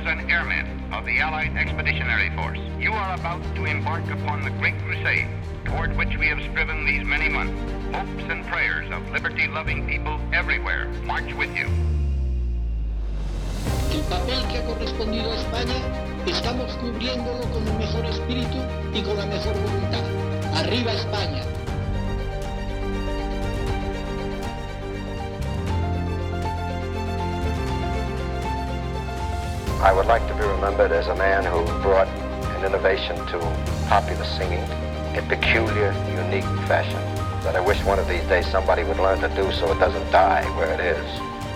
and airmen of the Allied Expeditionary Force. You are about to embark upon the great crusade toward which we have striven these many months. Hopes and prayers of liberty-loving people everywhere march with you. El papel que ha correspondido a España estamos cubriéndolo con el mejor espíritu y con la mejor voluntad. ¡Arriba España! I would like to be remembered as a man who brought an innovation to popular singing in peculiar, unique fashion. That I wish one of these days somebody would learn to do so it doesn't die where it is.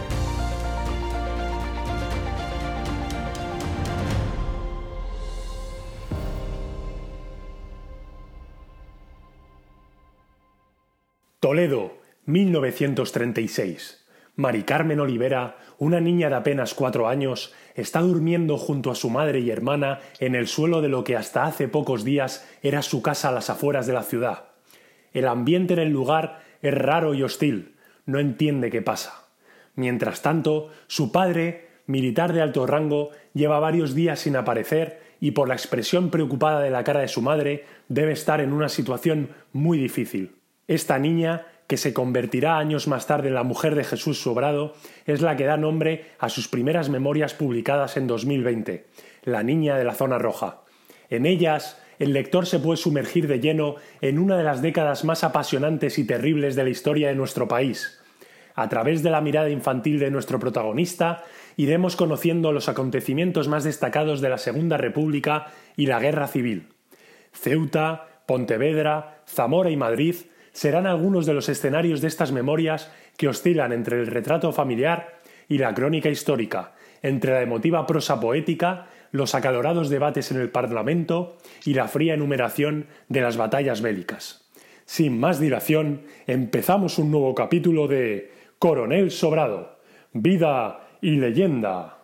Toledo, 1936. Mari Carmen Olivera, una niña de apenas 4 años, está durmiendo junto a su madre y hermana en el suelo de lo que hasta hace pocos días era su casa a las afueras de la ciudad. El ambiente en el lugar es raro y hostil, no entiende qué pasa. Mientras tanto, su padre, militar de alto rango, lleva varios días sin aparecer y por la expresión preocupada de la cara de su madre debe estar en una situación muy difícil. Esta niña, que se convertirá años más tarde en la mujer de Jesús Sobrado, es la que da nombre a sus primeras memorias publicadas en 2020, La niña de la zona roja. En ellas, el lector se puede sumergir de lleno en una de las décadas más apasionantes y terribles de la historia de nuestro país. A través de la mirada infantil de nuestro protagonista, iremos conociendo los acontecimientos más destacados de la Segunda República y la Guerra Civil. Ceuta, Pontevedra, Zamora y Madrid serán algunos de los escenarios de estas memorias que oscilan entre el retrato familiar y la crónica histórica, entre la emotiva prosa poética, los acalorados debates en el Parlamento y la fría enumeración de las batallas bélicas. Sin más dilación, empezamos un nuevo capítulo de Coronel Sobrado, vida y leyenda.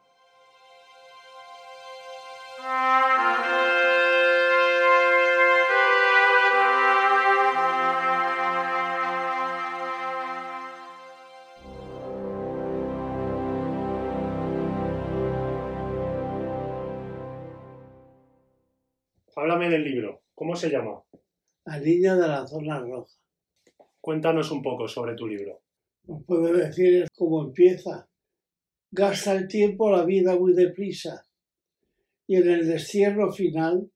Háblame del libro. ¿Cómo se llama? La niña de la zona roja. Cuéntanos un poco sobre tu libro. Os puedo decir cómo empieza. Gasta el tiempo la vida muy deprisa y en el destierro final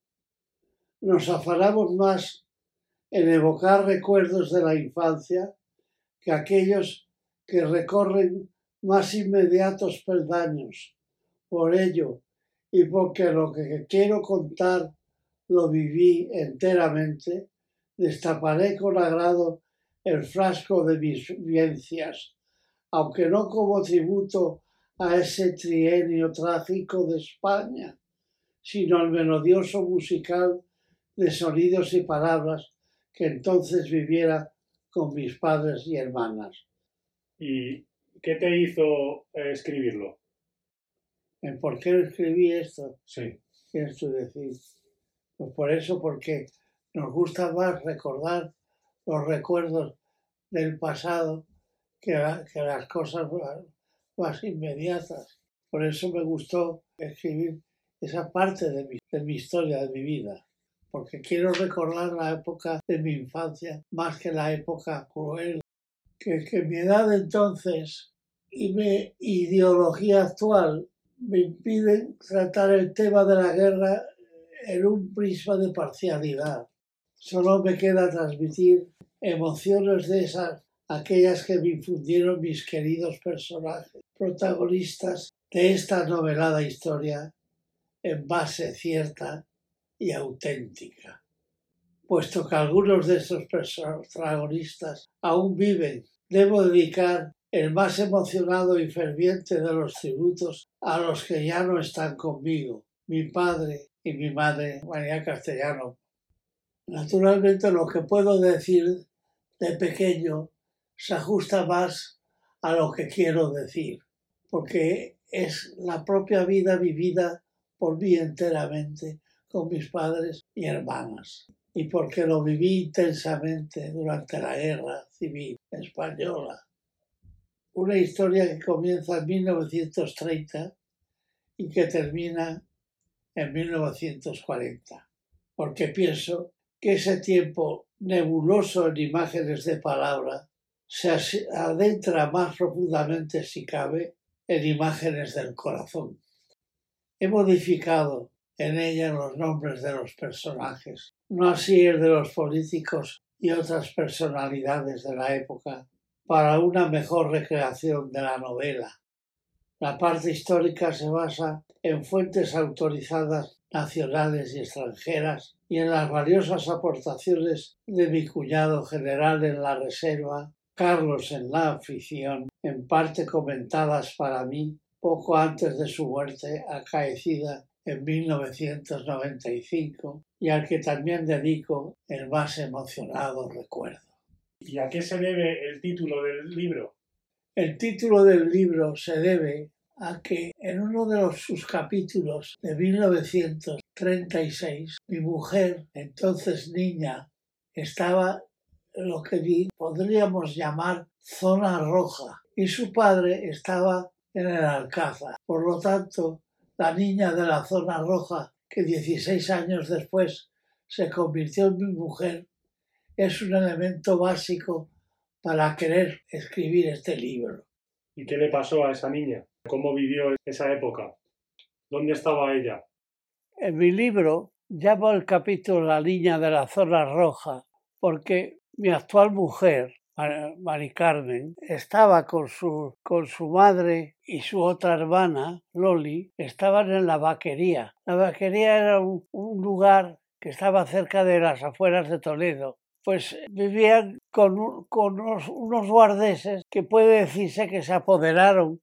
nos afanamos más en evocar recuerdos de la infancia que aquellos que recorren más inmediatos peldaños. Por ello, y porque lo que quiero contar lo viví enteramente, destaparé con agrado el frasco de mis vivencias, aunque no como tributo a ese trienio trágico de España, sino al melodioso musical de sonidos y palabras que entonces viviera con mis padres y hermanas. ¿Y qué te hizo escribirlo? ¿En por qué escribí esto? Sí. ¿Quieres tú decir? Pues por eso, porque nos gusta más recordar los recuerdos del pasado que las cosas más inmediatas. Por eso me gustó escribir esa parte de mi historia, de mi vida, porque quiero recordar la época de mi infancia más que la época cruel, que mi edad entonces y mi ideología actual me impiden tratar el tema de la guerra en un prisma de parcialidad. Solo me queda transmitir emociones de aquellas que me infundieron mis queridos personajes, protagonistas de esta novelada historia en base cierta y auténtica. Puesto que algunos de estos protagonistas aún viven, debo dedicar el más emocionado y ferviente de los tributos a los que ya no están conmigo, mi padre y mi madre, María Castellano. Naturalmente, lo que puedo decir de pequeño se ajusta más a lo que quiero decir, porque es la propia vida vivida por mí enteramente con mis padres y hermanas, y porque lo viví intensamente durante la Guerra Civil Española. Una historia que comienza en 1930 y que termina en 1940, porque pienso que ese tiempo nebuloso en imágenes de palabra se adentra más profundamente, si cabe, en imágenes del corazón. He modificado en ella los nombres de los personajes, no así el de los políticos y otras personalidades de la época, para una mejor recreación de la novela. La parte histórica se basa en fuentes autorizadas nacionales y extranjeras y en las valiosas aportaciones de mi cuñado general en la reserva, Carlos en la afición, en parte comentadas para mí poco antes de su muerte acaecida en 1995 y al que también dedico el más emocionado recuerdo. ¿Y a qué se debe el título del libro? El título del libro se debe a que en uno de sus capítulos de 1936, mi mujer, entonces niña, estaba en lo que podríamos llamar zona roja y su padre estaba en el Alcázar. Por lo tanto, la niña de la zona roja, que 16 años después se convirtió en mi mujer, es un elemento básico para querer escribir este libro. ¿Y qué le pasó a esa niña? ¿Cómo vivió esa época? ¿Dónde estaba ella? En mi libro llamo el capítulo La niña de la zona roja porque mi actual mujer, Mari Carmen, estaba con su madre y su otra hermana, Loli, estaban en la vaquería. La vaquería era un lugar que estaba cerca de las afueras de Toledo. Pues vivían con unos guardeses que puede decirse que se apoderaron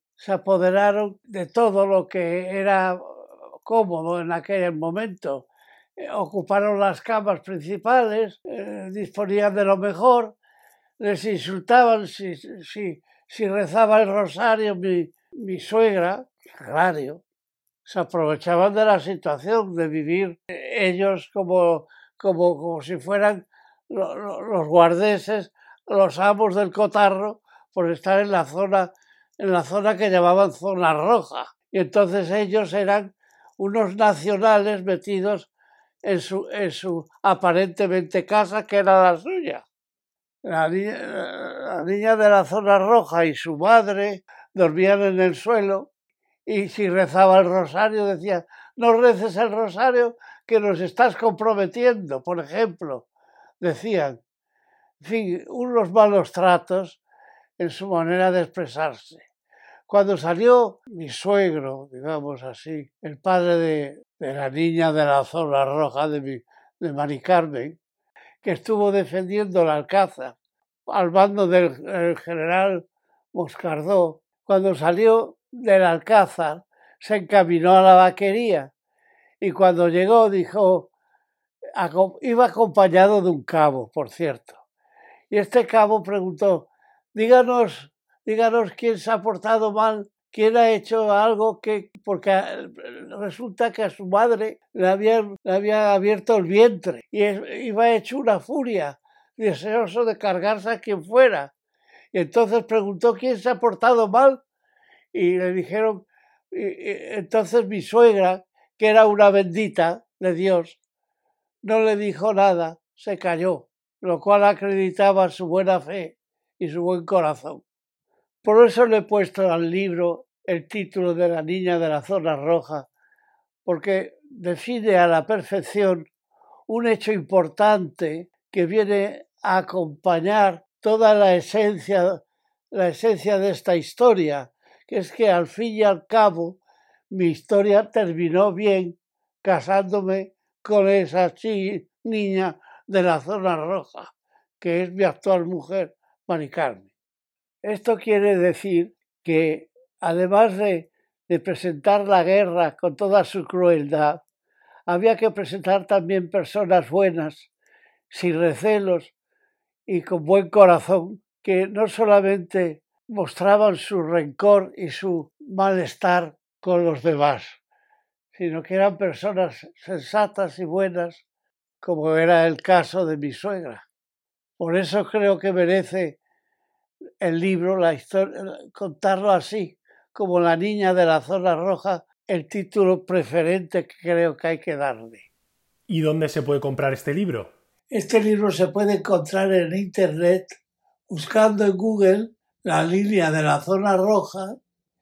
de todo lo que era cómodo en aquel momento. Ocuparon las camas principales, disponían de lo mejor, les insultaban si rezaba el rosario mi suegra, sagrario. Se aprovechaban de la situación de vivir ellos como si fueran los guardeses, los amos del cotarro, por estar en la zona que llamaban zona roja. Y entonces ellos eran unos nacionales metidos en su aparentemente casa, que era la suya. La niña de la zona roja y su madre dormían en el suelo y si rezaba el rosario decía: no reces el rosario que nos estás comprometiendo, por ejemplo. Decían, en fin, unos malos tratos en su manera de expresarse. Cuando salió mi suegro, digamos así, el padre de la niña de la zona roja de Mari Carmen, que estuvo defendiendo el Alcázar al mando del general Moscardó, cuando salió del Alcázar se encaminó a la vaquería y cuando llegó dijo, iba acompañado de un cabo, por cierto, y este cabo preguntó: díganos quién se ha portado mal, quién ha hecho algo porque resulta que a su madre le había abierto el vientre y iba hecho una furia, deseoso de cargarse a quien fuera. Y entonces preguntó quién se ha portado mal y le dijeron, entonces mi suegra, que era una bendita de Dios, no le dijo nada, se calló, lo cual acreditaba su buena fe y su buen corazón. Por eso le he puesto al libro el título de La niña de la zona roja, porque define a la perfección un hecho importante que viene a acompañar toda la esencia de esta historia, que es que al fin y al cabo mi historia terminó bien casándome con esa niña de la zona roja, que es mi actual mujer, Mari Carmen. Esto quiere decir que, además de presentar la guerra con toda su crueldad, había que presentar también personas buenas, sin recelos y con buen corazón, que no solamente mostraban su rencor y su malestar con los demás, sino que eran personas sensatas y buenas, como era el caso de mi suegra. Por eso creo que merece el libro, la historia, contarlo así, como La niña de la zona roja, el título preferente que creo que hay que darle. ¿Y dónde se puede comprar este libro? Este libro se puede encontrar en Internet buscando en Google la línea de la Zona Roja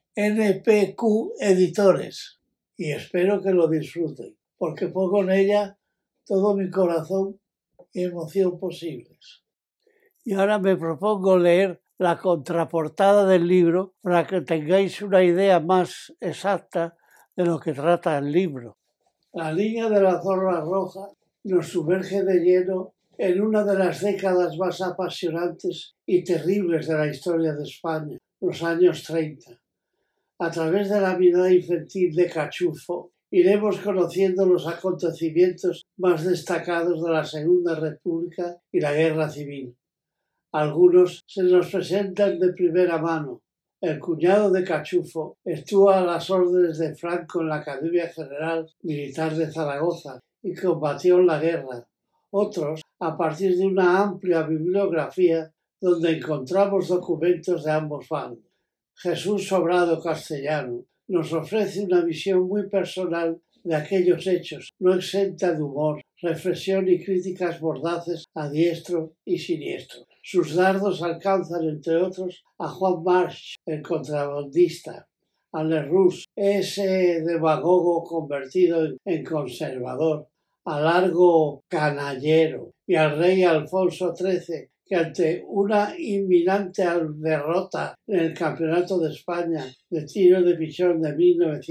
NPQ Editores. Y espero que lo disfruten, porque pongo en ella todo mi corazón y emoción posibles. Y ahora me propongo leer la contraportada del libro para que tengáis una idea más exacta de lo que trata el libro. La línea de la Zona Roja nos sumerge de lleno en una de las décadas más apasionantes y terribles de la historia de España, los años 30. A través de la mirada infantil de Cachufo, iremos conociendo los acontecimientos más destacados de la Segunda República y la Guerra Civil. Algunos se nos presentan de primera mano. El cuñado de Cachufo estuvo a las órdenes de Franco en la Academia General Militar de Zaragoza y combatió en la guerra. Otros, a partir de una amplia bibliografía donde encontramos documentos de ambos bandos. Jesús Sobrado Castellano nos ofrece una visión muy personal de aquellos hechos, no exenta de humor, reflexión y críticas mordaces a diestro y siniestro. Sus dardos alcanzan, entre otros, a Juan March, el contrabandista, a Lerroux, ese demagogo convertido en conservador, a Largo Canallero, y al rey Alfonso XIII, que ante una inminente derrota en el Campeonato de España de tiro de pichón de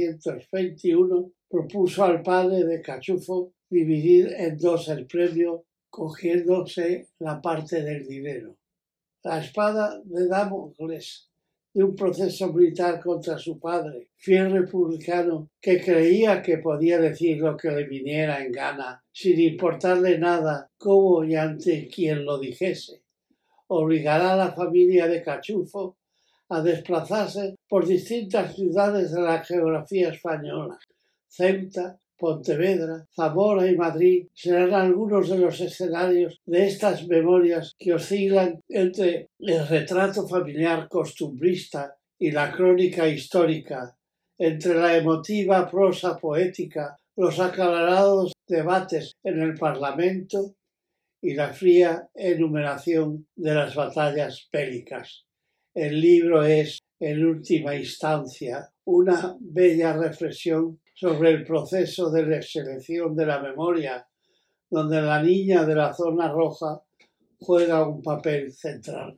1921, propuso al padre de Cachufo dividir en dos el premio, cogiéndose la parte del dinero. La espada de Damocles de un proceso militar contra su padre, fiel republicano que creía que podía decir lo que le viniera en gana, sin importarle nada cómo y ante quien lo dijese, obligará a la familia de Cachufo a desplazarse por distintas ciudades de la geografía española. Ceuta, Pontevedra, Zamora y Madrid serán algunos de los escenarios de estas memorias que oscilan entre el retrato familiar costumbrista y la crónica histórica, entre la emotiva prosa poética, los acalorados debates en el Parlamento y la fría enumeración de las batallas bélicas. El libro es, en última instancia, una bella reflexión sobre el proceso de la selección de la memoria, donde la niña de la Zona Roja juega un papel central.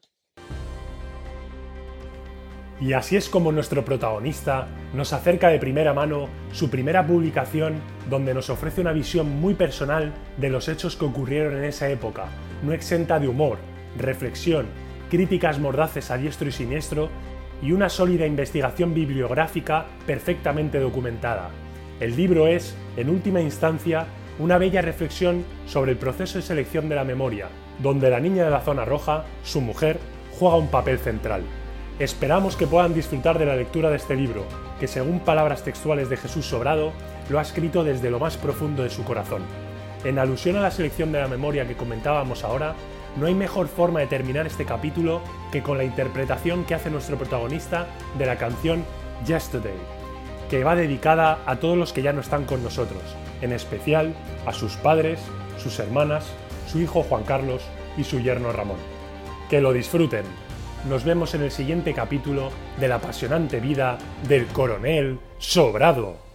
Y así es como nuestro protagonista nos acerca de primera mano su primera publicación, donde nos ofrece una visión muy personal de los hechos que ocurrieron en esa época, no exenta de humor, reflexión, críticas mordaces a diestro y siniestro y una sólida investigación bibliográfica perfectamente documentada. El libro es, en última instancia, una bella reflexión sobre el proceso de selección de la memoria, donde la niña de la Zona Roja, su mujer, juega un papel central. Esperamos que puedan disfrutar de la lectura de este libro, que según palabras textuales de Jesús Sobrado, lo ha escrito desde lo más profundo de su corazón. En alusión a la selección de la memoria que comentábamos ahora, no hay mejor forma de terminar este capítulo que con la interpretación que hace nuestro protagonista de la canción Yesterday, que va dedicada a todos los que ya no están con nosotros, en especial a sus padres, sus hermanas, su hijo Juan Carlos y su yerno Ramón. ¡Que lo disfruten! Nos vemos en el siguiente capítulo de la apasionante vida del Coronel Sobrado.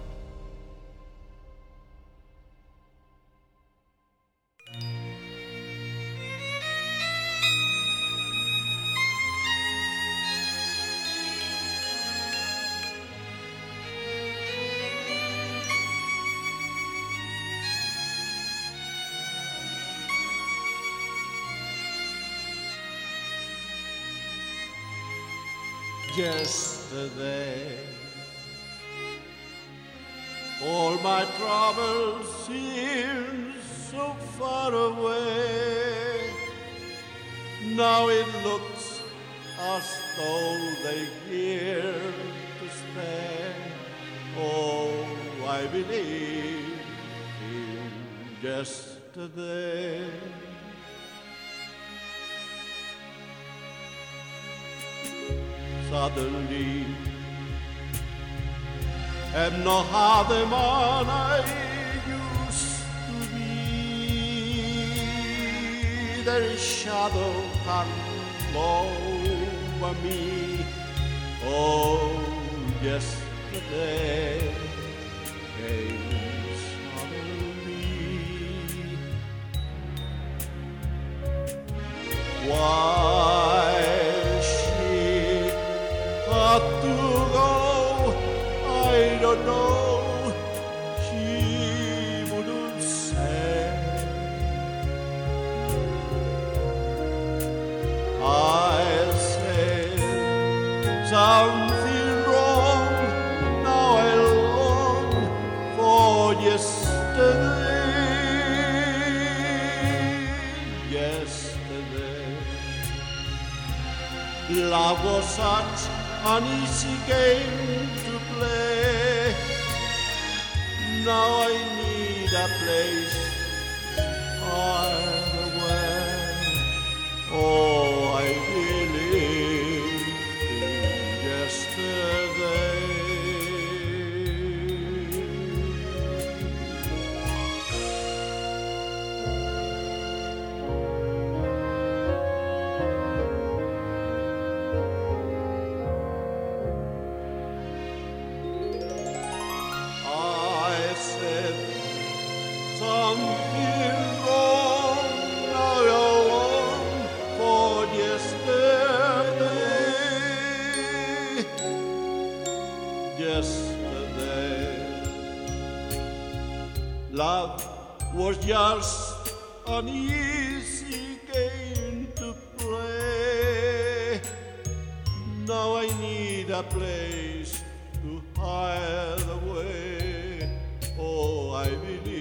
Yesterday, all my troubles seem so far away. Now it looks as though they're here to stay. Oh, I believe in yesterday. Suddenly am not half the man I used to be. There is shadow hung over me. Oh, yesterday came suddenly. Why she had to go, I don't know. She wouldn't say. I said something wrong. Now I long for yesterday. Yesterday, love was such an easy game to play. Now I need a place far away. Oh, I believe in yesterday. I said something wrong. Now I long for yesterday. Yesterday, love was just an easy game to play. Now I need a place to hide away. Oh, I believe